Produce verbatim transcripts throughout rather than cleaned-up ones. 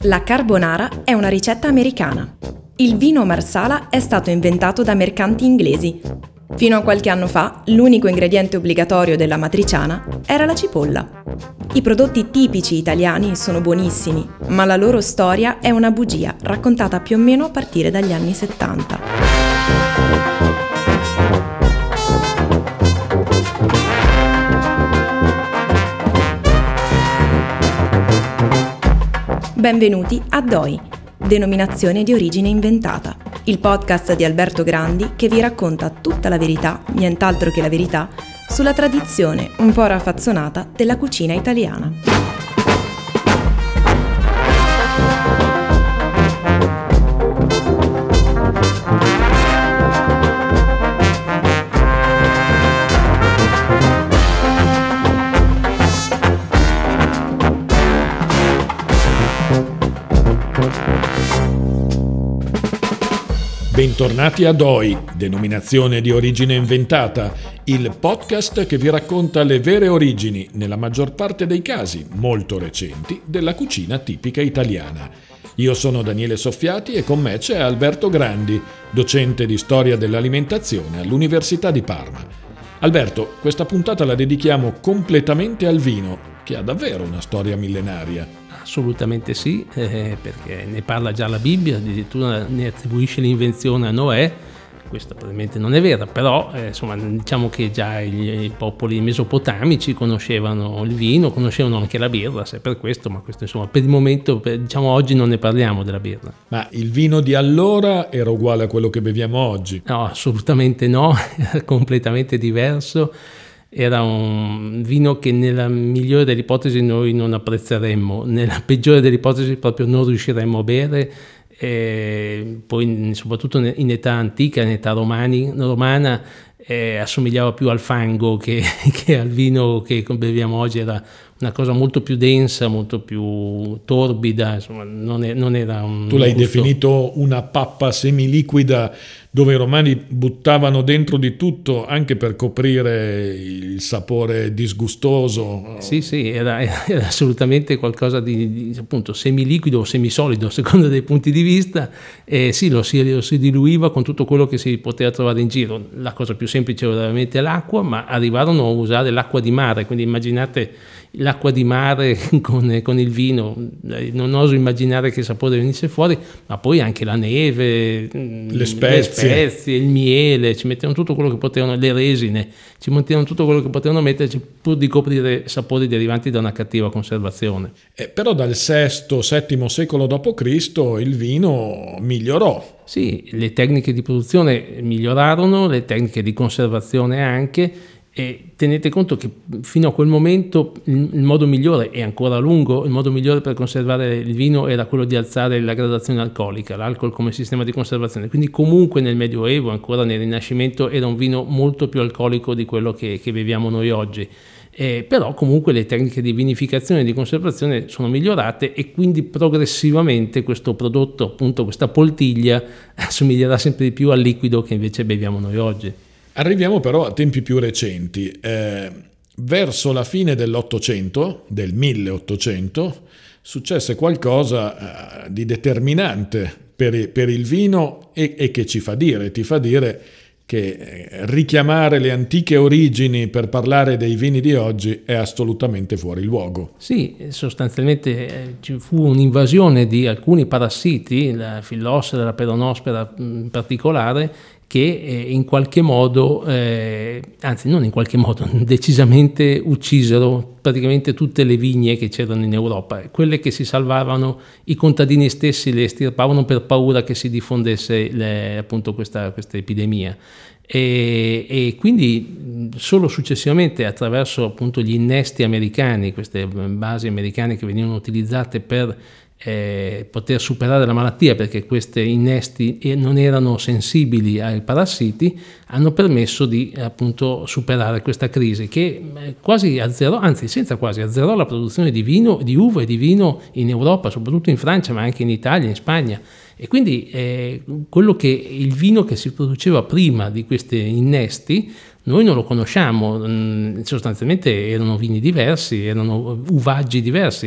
La carbonara è una ricetta americana. Il vino Marsala è stato inventato da mercanti inglesi. Fino a qualche anno fa, l'unico ingrediente obbligatorio della matriciana era la cipolla. I prodotti tipici italiani sono buonissimi, ma la loro storia è una bugia raccontata più o meno a partire dagli anni settanta. Benvenuti a D O I, denominazione di origine inventata, il podcast di Alberto Grandi che vi racconta tutta la verità, nient'altro che la verità, sulla tradizione un po' raffazzonata della cucina italiana. Bentornati a D O I, denominazione di origine inventata, il podcast che vi racconta le vere origini, nella maggior parte dei casi molto recenti, della cucina tipica italiana. Io sono Daniele Soffiati e con me c'è Alberto Grandi, docente di storia dell'alimentazione all'Università di Parma. Alberto, questa puntata la dedichiamo completamente al vino, che ha davvero una storia millenaria. Assolutamente sì, eh, perché ne parla già la Bibbia, addirittura ne attribuisce l'invenzione a Noè. Questo probabilmente non è vero, però eh, insomma, diciamo che già i, i popoli mesopotamici conoscevano il vino, conoscevano anche la birra, se per questo, ma questo insomma per il momento, per, diciamo oggi non ne parliamo della birra. Ma il vino di allora era uguale a quello che beviamo oggi? No, assolutamente no, era completamente diverso. Era un vino che nella migliore delle ipotesi noi non apprezzeremmo, nella peggiore delle ipotesi proprio non riusciremmo a bere, e poi soprattutto in età antica, in età romani, romana, eh, assomigliava più al fango che, che al vino che beviamo oggi. Era una cosa molto più densa, molto più torbida, insomma non, è, non era un Tu l'hai gusto. definito una pappa semiliquida dove i romani buttavano dentro di tutto anche per coprire il sapore disgustoso. Sì, sì, era, era assolutamente qualcosa di, di appunto semiliquido o semisolido, a seconda dei punti di vista. E sì, lo si, lo si diluiva con tutto quello che si poteva trovare in giro. La cosa più semplice era veramente l'acqua, ma arrivarono a usare l'acqua di mare, quindi immaginate l'acqua di mare con, con il vino, non oso immaginare che sapore venisse fuori, ma poi anche la neve, le spezie, le spezie, il miele, ci mettevano tutto quello che potevano, le resine, ci mettevano tutto quello che potevano metterci pur di coprire sapori derivanti da una cattiva conservazione. Eh, però dal sesto settimo secolo dopo Cristo il vino migliorò. Sì, le tecniche di produzione migliorarono, le tecniche di conservazione anche. E tenete conto che fino a quel momento il modo migliore, e ancora a lungo, il modo migliore per conservare il vino era quello di alzare la gradazione alcolica, l'alcol come sistema di conservazione. Quindi comunque nel Medioevo, ancora nel Rinascimento, era un vino molto più alcolico di quello che, che beviamo noi oggi. Eh, però comunque le tecniche di vinificazione e di conservazione sono migliorate e quindi progressivamente questo prodotto, appunto questa poltiglia, assomiglierà sempre di più al liquido che invece beviamo noi oggi. Arriviamo però a tempi più recenti. Eh, verso la fine dell'Ottocento, del milleottocento, successe qualcosa eh, di determinante per, per il vino e, e che ci fa dire, ti fa dire che eh, richiamare le antiche origini per parlare dei vini di oggi è assolutamente fuori luogo. Sì, sostanzialmente eh, ci fu un'invasione di alcuni parassiti, la Fillossera, la Peronospora in particolare, che eh, in qualche modo, eh, anzi non in qualche modo, decisamente uccisero praticamente tutte le vigne che c'erano in Europa. Quelle che si salvavano, i contadini stessi le estirpavano per paura che si diffondesse le, appunto questa, questa epidemia. E, e quindi solo successivamente attraverso appunto gli innesti americani, queste basi americane che venivano utilizzate per Eh, poter superare la malattia, perché questi innesti non erano sensibili ai parassiti, hanno permesso di appunto superare questa crisi che quasi azzerò, anzi senza quasi azzerò la produzione di vino, di uva e di vino in Europa, soprattutto in Francia, ma anche in Italia, in Spagna. E quindi eh, quello che il vino che si produceva prima di questi innesti noi non lo conosciamo, sostanzialmente erano vini diversi, erano uvaggi diversi.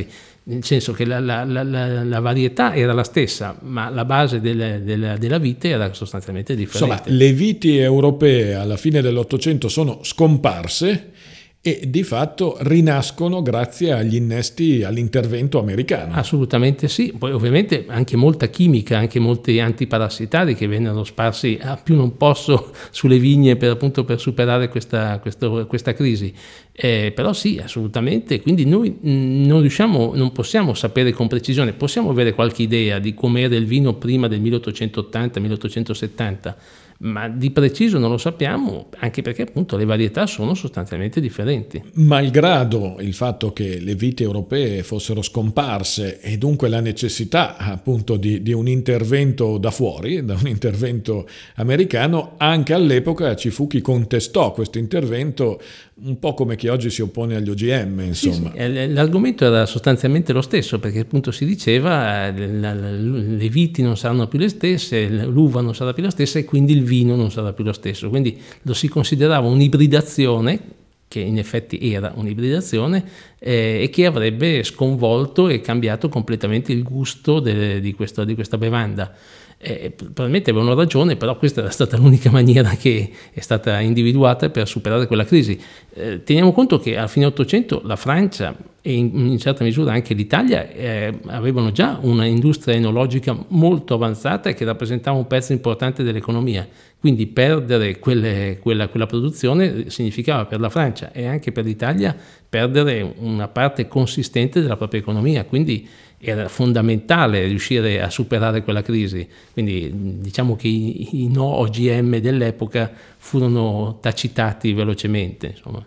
nel senso che la, la, la, la varietà era la stessa, ma la base del, del, della vite era sostanzialmente differente. Insomma, le viti europee alla fine dell'Ottocento sono scomparse e di fatto rinascono grazie agli innesti, all'intervento americano. Assolutamente sì, poi ovviamente anche molta chimica, anche molti antiparassitari che vennero sparsi a più non posso sulle vigne per, appunto, per superare questa, questo, questa crisi. Eh, però sì, assolutamente, quindi noi non riusciamo, non possiamo sapere con precisione, possiamo avere qualche idea di com'era il vino prima del milleottocentottanta milleottocentosettanta, ma di preciso non lo sappiamo, anche perché appunto le varietà sono sostanzialmente differenti. Malgrado il fatto che le viti europee fossero scomparse e dunque la necessità appunto di, di un intervento da fuori, da un intervento americano, anche all'epoca ci fu chi contestò questo intervento, un po' come chi oggi si oppone agli O G M, insomma. Sì, sì. L'argomento era sostanzialmente lo stesso, perché appunto si diceva le viti non saranno più le stesse, l'uva non sarà più la stessa e quindi il vino non sarà più lo stesso, quindi lo si considerava un'ibridazione, che in effetti era un'ibridazione, eh, e che avrebbe sconvolto e cambiato completamente il gusto de, di, questo, di questa bevanda. Eh, probabilmente avevano ragione, però questa era stata l'unica maniera che è stata individuata per superare quella crisi. Eh, teniamo conto che a fine Ottocento la Francia e in, in certa misura anche l'Italia eh, avevano già una industria enologica molto avanzata e che rappresentava un pezzo importante dell'economia, quindi perdere quelle, quella, quella produzione significava per la Francia e anche per l'Italia perdere una parte consistente della propria economia, quindi era fondamentale riuscire a superare quella crisi. Quindi diciamo che i, i no O G M dell'epoca furono tacitati velocemente, insomma.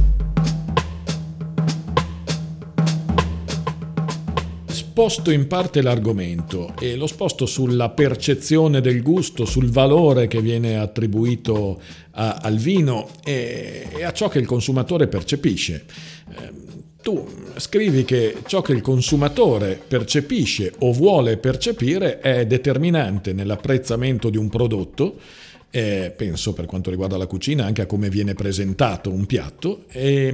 Sposto in parte l'argomento e lo sposto sulla percezione del gusto, sul valore che viene attribuito a, al vino e, e a ciò che il consumatore percepisce. Eh, tu scrivi che ciò che il consumatore percepisce o vuole percepire è determinante nell'apprezzamento di un prodotto. Eh, penso per quanto riguarda la cucina anche a come viene presentato un piatto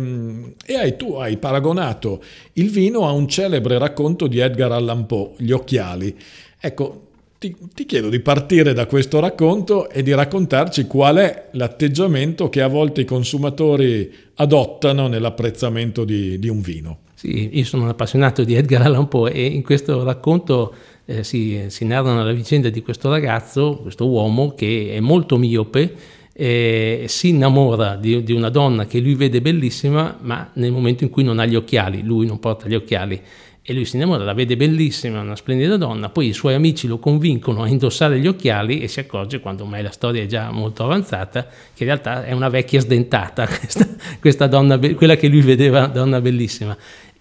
e, e hai, tu hai paragonato il vino a un celebre racconto di Edgar Allan Poe, Gli occhiali. Ecco, ti, ti chiedo di partire da questo racconto e di raccontarci qual è l'atteggiamento che a volte i consumatori adottano nell'apprezzamento di, di un vino. Sì, io sono un appassionato di Edgar Allan Poe e in questo racconto Eh, si, si narrano la vicenda di questo ragazzo, questo uomo che è molto miope, eh, si innamora di, di una donna che lui vede bellissima, ma nel momento in cui non ha gli occhiali, lui non porta gli occhiali, e lui si innamora, la vede bellissima, una splendida donna, poi i suoi amici lo convincono a indossare gli occhiali e si accorge, quando ormai la storia è già molto avanzata, che in realtà è una vecchia sdentata, questa, questa donna, quella che lui vedeva donna bellissima.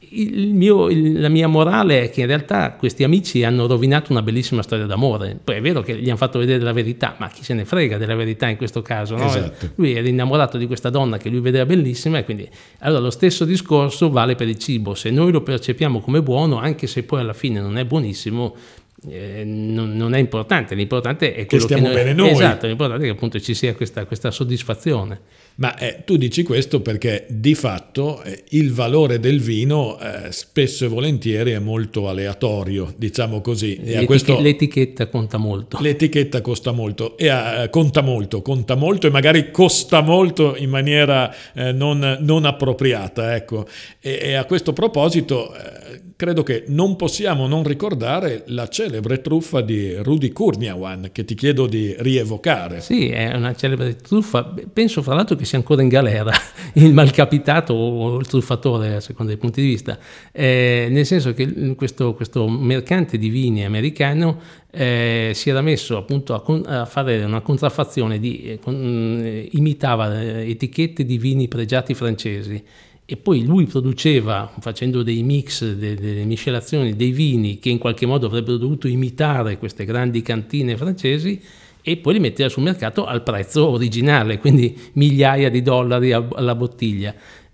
Il mio, il, la mia morale è che in realtà questi amici hanno rovinato una bellissima storia d'amore. Poi è vero che gli hanno fatto vedere la verità, ma chi se ne frega della verità in questo caso, no? Esatto. Lui era innamorato di questa donna che lui vedeva bellissima e quindi allora lo stesso discorso vale per il cibo. Se noi lo percepiamo come buono, anche se poi alla fine non è buonissimo, eh, non, non è importante. L'importante è quello che stiamo che bene noi. Esatto, l'importante è che appunto ci sia questa, questa soddisfazione. Ma eh, tu dici questo perché di fatto eh, il valore del vino eh, spesso e volentieri è molto aleatorio, diciamo così. E L'etica- a questo, l'etichetta conta molto. L'etichetta costa molto, e eh, conta molto, conta molto e magari costa molto in maniera eh, non, non appropriata. Ecco. E, e a questo proposito eh, credo che non possiamo non ricordare la celebre truffa di Rudy Kurniawan, che ti chiedo di rievocare. Sì, è una celebre truffa. Penso fra l'altro che sia ancora in galera il malcapitato o il truffatore, a seconda dei punti di vista, eh, nel senso che questo, questo mercante di vini americano eh, si era messo appunto a, con, a fare una contraffazione di eh, con, eh, imitava eh, etichette di vini pregiati francesi. E poi lui produceva, facendo dei mix, de, delle miscelazioni dei vini che in qualche modo avrebbero dovuto imitare queste grandi cantine francesi, e poi li metteva sul mercato al prezzo originale, quindi migliaia di dollari alla bottiglia.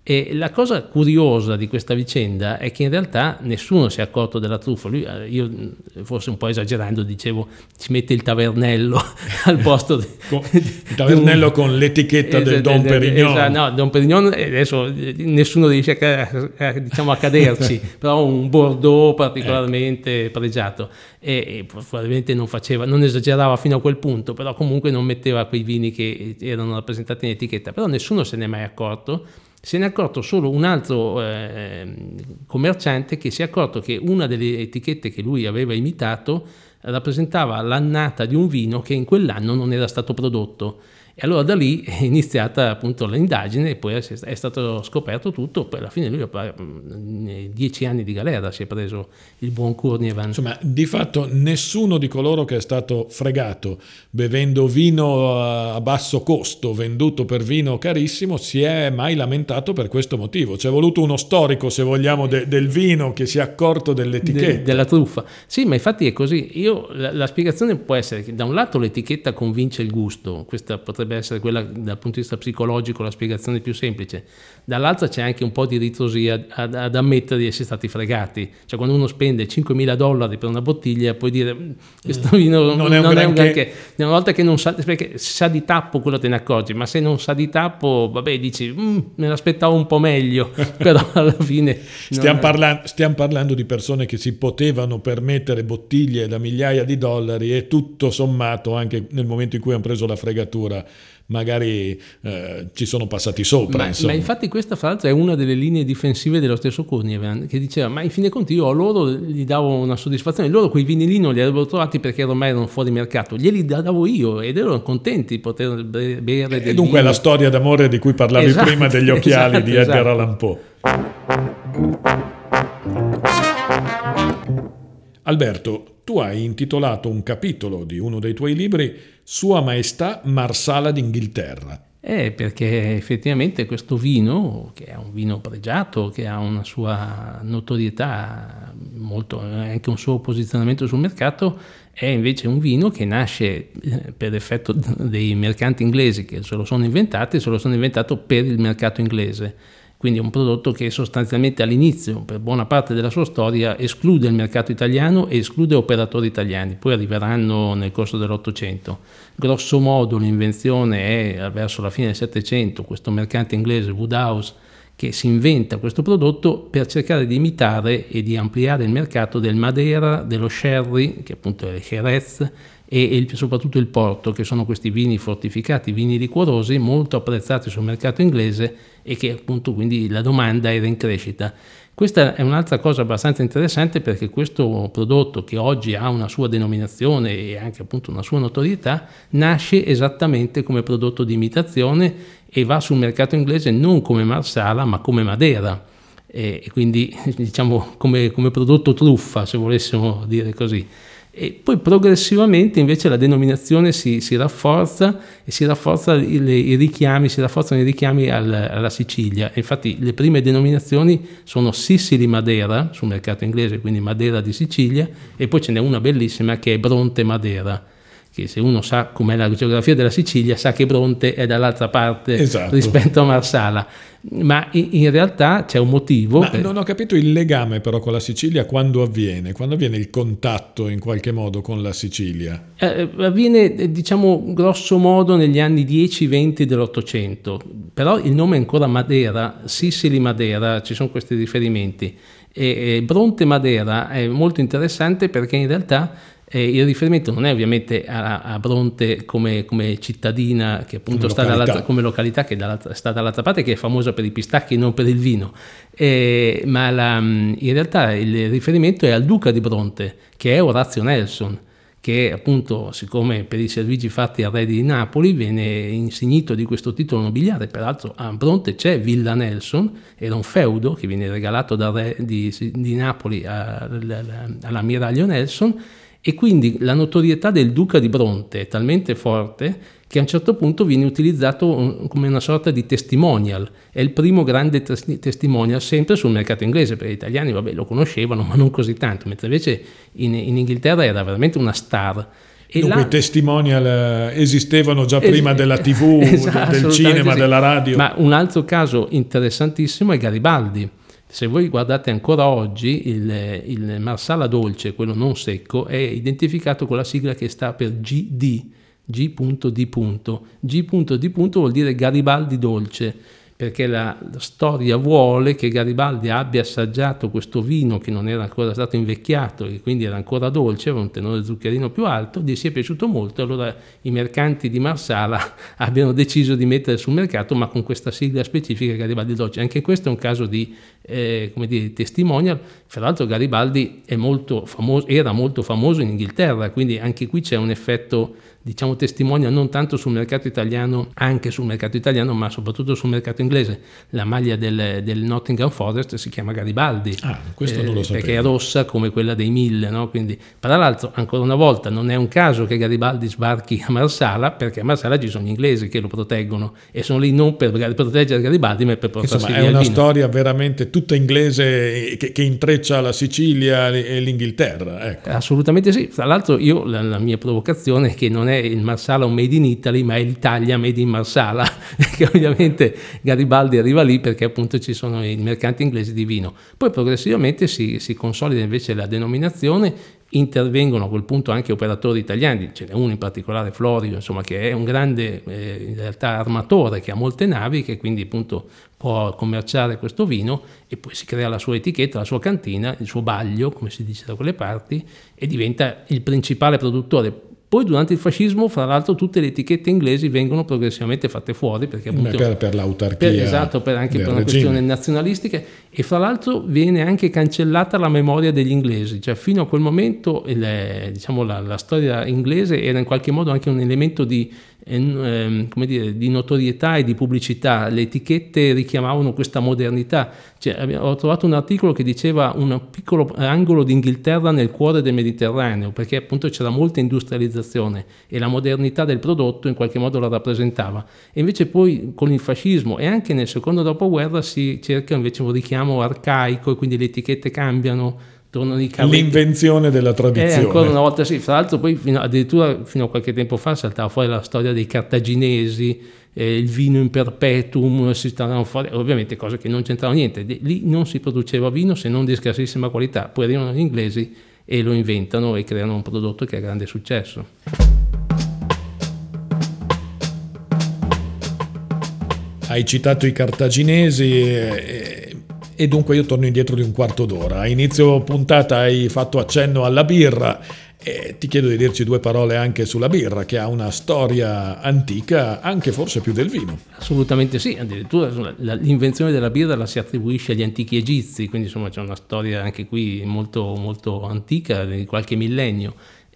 E la cosa curiosa di questa vicenda è che in realtà nessuno si è accorto della truffa. Lui, io forse un po' esagerando dicevo, ci mette il tavernello al posto di, con, il tavernello un, con l'etichetta del Dom Pérignon. Esatto, no, Dom Pérignon adesso nessuno riesce a, a, diciamo, a caderci, però un Bordeaux particolarmente ecco. pregiato e, e probabilmente non faceva, non esagerava fino a quel punto, però comunque non metteva quei vini che erano rappresentati in etichetta, però nessuno se ne è mai accorto. Se ne è accorto solo un altro eh, commerciante che si è accorto che una delle etichette che lui aveva imitato rappresentava l'annata di un vino che in quell'anno non era stato prodotto. E allora da lì è iniziata appunto l'indagine e poi è stato scoperto tutto. Poi alla fine lui, nei dieci anni di galera, si è preso il buon Cournivan. Insomma, di fatto nessuno di coloro che è stato fregato bevendo vino a basso costo, venduto per vino carissimo, si è mai lamentato per questo motivo. C'è voluto uno storico, se vogliamo, de- del vino che si è accorto dell'etichetta. De- della truffa. Sì, ma infatti è così. Io, la, la spiegazione può essere che da un lato l'etichetta convince il gusto, questa potrebbe essere quella dal punto di vista psicologico la spiegazione più semplice, dall'altra c'è anche un po' di ritrosia ad, ad ammettere di essere stati fregati, cioè quando uno spende cinquemila dollari per una bottiglia puoi dire questo vino non è un, non granché. È un granché, una volta che non sa, perché se sa di tappo quello te ne accorgi, ma se non sa di tappo vabbè dici mm, me l'aspettavo un po' meglio, però alla fine stiamo, parla- stiamo parlando di persone che si potevano permettere bottiglie da migliaia di dollari e tutto sommato anche nel momento in cui hanno preso la fregatura magari eh, ci sono passati sopra. Ma, insomma. ma infatti questa fra l'altro è una delle linee difensive dello stesso Cournivan, che diceva ma in fin dei conti io a loro gli davo una soddisfazione, loro quei vini lì non li avrebbero trovati perché ormai erano fuori mercato, glieli davo io ed erano contenti di poter bere e dunque vino. La storia d'amore di cui parlavi esatto, prima degli occhiali esatto, di Edgar esatto. Allan Poe. Alberto, tu hai intitolato un capitolo di uno dei tuoi libri Sua Maestà Marsala d'Inghilterra. Eh, perché effettivamente questo vino, che è un vino pregiato, che ha una sua notorietà, molto, anche un suo posizionamento sul mercato, è invece un vino che nasce per effetto dei mercanti inglesi che se lo sono inventati, se lo sono inventato per il mercato inglese. Quindi è un prodotto che sostanzialmente all'inizio, per buona parte della sua storia, esclude il mercato italiano e esclude operatori italiani, poi arriveranno nel corso dell'Ottocento. Grosso modo l'invenzione è verso la fine del Settecento, questo mercante inglese Woodhouse che si inventa questo prodotto per cercare di imitare e di ampliare il mercato del Madeira, dello Sherry, che appunto è il Jerez, e il, soprattutto il Porto, che sono questi vini fortificati, vini liquorosi molto apprezzati sul mercato inglese e che appunto quindi la domanda era in crescita. Questa è un'altra cosa abbastanza interessante perché questo prodotto, che oggi ha una sua denominazione e anche appunto una sua notorietà, nasce esattamente come prodotto di imitazione e va sul mercato inglese non come Marsala ma come Madeira, e quindi diciamo come, come prodotto truffa, se volessimo dire così. E poi progressivamente invece la denominazione si, si rafforza e si rafforza i, i richiami, si rafforzano i richiami al, alla Sicilia. Infatti le prime denominazioni sono Sicily Madeira sul mercato inglese, quindi Madeira di Sicilia, e poi ce n'è una bellissima che è Bronte Madeira, che se uno sa com'è la geografia della Sicilia sa che Bronte è dall'altra parte, esatto, rispetto a Marsala, ma in realtà c'è un motivo. Ma per... non ho capito il legame però con la Sicilia quando avviene, quando avviene il contatto in qualche modo con la Sicilia? Eh, avviene diciamo grosso modo negli anni dieci venti dell'Ottocento, però il nome è ancora Madeira, Sicily Madeira, ci sono questi riferimenti, e, e Bronte Madeira è molto interessante perché in realtà Eh, il riferimento non è ovviamente a, a Bronte come, come cittadina che appunto come sta località, dall'altra, come località che dall'altra, sta dall'altra parte, che è famosa per i pistacchi e non per il vino, eh, ma la, in realtà il riferimento è al duca di Bronte, che è Orazio Nelson, che appunto, siccome per i servigi fatti al re di Napoli viene insignito di questo titolo nobiliare. Peraltro a Bronte c'è Villa Nelson, era un feudo che viene regalato dal re di, di Napoli a, a, all'ammiraglio Nelson, e quindi la notorietà del duca di Bronte è talmente forte che a un certo punto viene utilizzato come una sorta di testimonial. È il primo grande testimonial sempre sul mercato inglese, perché gli italiani vabbè, lo conoscevano ma non così tanto, mentre invece in, in Inghilterra era veramente una star. E dunque là, i testimonial esistevano già es- prima della tivù, esatto, del cinema, sì. della radio. Ma un altro caso interessantissimo è Garibaldi. Se voi guardate ancora oggi, il, il Marsala dolce, quello non secco, è identificato con la sigla che sta per G D, G D. G D vuol dire Garibaldi dolce, perché la, la storia vuole che Garibaldi abbia assaggiato questo vino che non era ancora stato invecchiato e quindi era ancora dolce, aveva un tenore zuccherino più alto, gli sia piaciuto molto, allora i mercanti di Marsala abbiano deciso di mettere sul mercato, ma con questa sigla specifica Garibaldi dolce. Anche questo è un caso di eh, come dire, testimonial. Fra l'altro Garibaldi è molto famoso, era molto famoso in Inghilterra, quindi anche qui c'è un effetto, diciamo, testimonial non tanto sul mercato italiano, anche sul mercato italiano, ma soprattutto sul mercato inglese. La maglia del, del Nottingham Forest si chiama Garibaldi, ah, questo non lo eh, sapevo. perché è rossa come quella dei mille, no? Quindi, tra l'altro, ancora una volta, non è un caso che Garibaldi sbarchi a Marsala, perché a Marsala ci sono gli inglesi che lo proteggono e sono lì non per proteggere Garibaldi, ma per portarsi Insomma, via è una il vino. storia veramente tutta inglese che, che intreccia la Sicilia e l'Inghilterra. Ecco. Assolutamente sì. Tra l'altro io la, la mia provocazione è che non è il Marsala un made in Italy, ma è l'Italia made in Marsala, che ovviamente Garibaldi arriva lì perché appunto ci sono i mercanti inglesi di vino. Poi progressivamente si, si consolida invece la denominazione, intervengono a quel punto anche operatori italiani, ce n'è uno in particolare, Florio, insomma, che è un grande eh, in realtà armatore che ha molte navi, che quindi appunto può commerciare questo vino, e poi si crea la sua etichetta, la sua cantina, il suo baglio, come si dice da quelle parti, e diventa il principale produttore. Poi durante il fascismo, fra l'altro, tutte le etichette inglesi vengono progressivamente fatte fuori perché appunto per, per l'autarchia, per, esatto, per anche per una regime. questione nazionalistica, e fra l'altro viene anche cancellata la memoria degli inglesi, cioè fino a quel momento il, diciamo, la, la storia inglese era in qualche modo anche un elemento di Eh, come dire, di notorietà e di pubblicità. Le etichette richiamavano questa modernità. Cioè, ho trovato un articolo che diceva un piccolo angolo d'Inghilterra nel cuore del Mediterraneo, perché appunto c'era molta industrializzazione e la modernità del prodotto in qualche modo la rappresentava. E invece poi con il fascismo e anche nel secondo dopoguerra si cerca invece un richiamo arcaico e quindi le etichette cambiano. L'invenzione della tradizione. Eh, ancora una volta sì, fra l'altro poi fino, addirittura fino a qualche tempo fa saltava fuori la storia dei cartaginesi, eh, il vino in perpetuum, si stavano fuori, ovviamente cose che non c'entravano niente, De, lì non si produceva vino se non di scarsissima qualità, poi arrivano gli inglesi e lo inventano e creano un prodotto che ha grande successo. Hai citato i cartaginesi e... E dunque io torno indietro di un quarto d'ora. A inizio puntata hai fatto accenno alla birra e ti chiedo di dirci due parole anche sulla birra, che ha una storia antica, anche forse più del vino. Assolutamente sì, addirittura l'invenzione della birra la si attribuisce agli antichi egizi, quindi insomma c'è una storia anche qui molto, molto antica, di qualche millennio.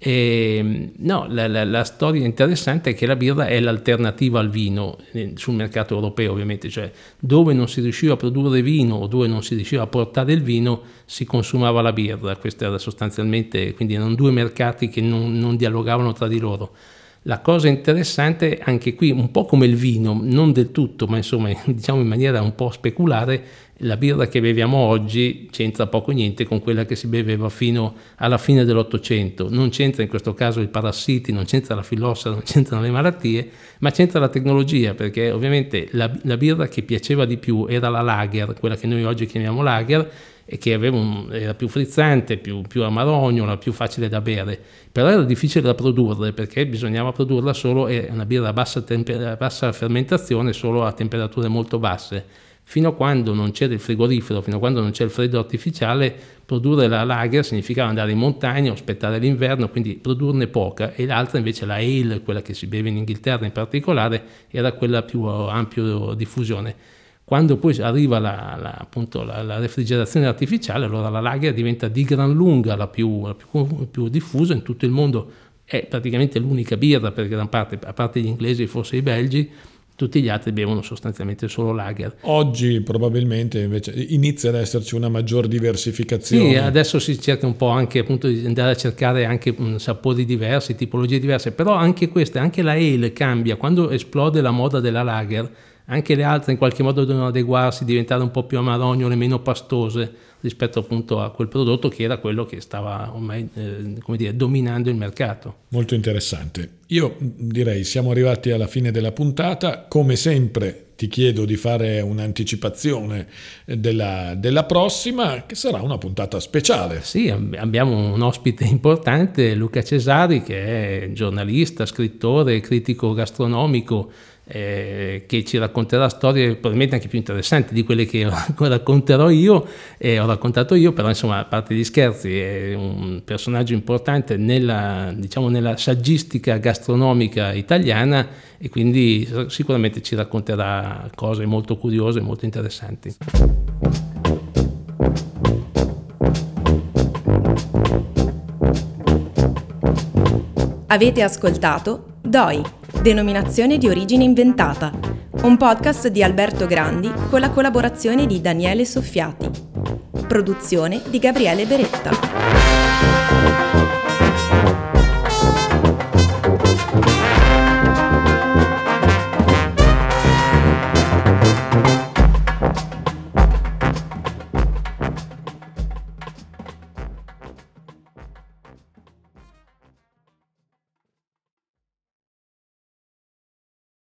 E, no, la, la, la storia interessante è che la birra è l'alternativa al vino eh, sul mercato europeo, ovviamente, cioè dove non si riusciva a produrre vino o dove non si riusciva a portare il vino si consumava la birra. Questo era sostanzialmente, quindi erano due mercati che non, non dialogavano tra di loro. La cosa interessante anche qui, un po' come il vino, non del tutto, ma insomma diciamo in maniera un po' speculare, la birra che beviamo oggi c'entra poco o niente con quella che si beveva fino alla fine dell'Ottocento. Non c'entra in questo caso i parassiti, non c'entra la filossa, non c'entrano le malattie, ma c'entra la tecnologia, perché ovviamente la, la birra che piaceva di più era la lager, quella che noi oggi chiamiamo lager, e che aveva un, era più frizzante, più, più amarognola, più facile da bere, però era difficile da produrre perché bisognava produrla solo, è una birra a bassa, temper- bassa fermentazione, solo a temperature molto basse. Fino a quando non c'era il frigorifero, fino a quando non c'è il freddo artificiale, produrre la lager significava andare in montagna, aspettare l'inverno, quindi produrne poca, e l'altra invece, la ale, quella che si beve in Inghilterra in particolare, era quella più ampia diffusione. Quando poi arriva la, la, appunto la, la refrigerazione artificiale, allora la lager diventa di gran lunga la più, la più, più diffusa in tutto il mondo, è praticamente l'unica birra per gran parte, a parte gli inglesi e forse i belgi, tutti gli altri bevono sostanzialmente solo lager. Oggi probabilmente invece inizia ad esserci una maggior diversificazione. Sì, adesso si cerca un po' anche appunto di andare a cercare anche sapori diversi, tipologie diverse, però anche queste, anche la ale cambia, quando esplode la moda della lager, anche le altre in qualche modo devono adeguarsi, diventare un po' più amarognole, meno pastose. rispetto appunto a quel prodotto che era quello che stava ormai eh, come dire, dominando il mercato. Molto interessante. Io direi siamo arrivati alla fine della puntata, come sempre ti chiedo di fare un'anticipazione della, della prossima, che sarà una puntata speciale. Sì, abbiamo un ospite importante, Luca Cesari, che è giornalista, scrittore, critico gastronomico, eh, che ci racconterà storie probabilmente anche più interessanti di quelle che racconterò io e ho raccontato io, però insomma, a parte gli scherzi, è un personaggio importante nella, diciamo, nella saggistica gastronomica italiana e quindi sicuramente ci racconterà cose molto curiose e molto interessanti. Avete ascoltato D O I, Denominazione di origine inventata, un podcast di Alberto Grandi con la collaborazione di Daniele Soffiati. Produzione di Gabriele Beretta.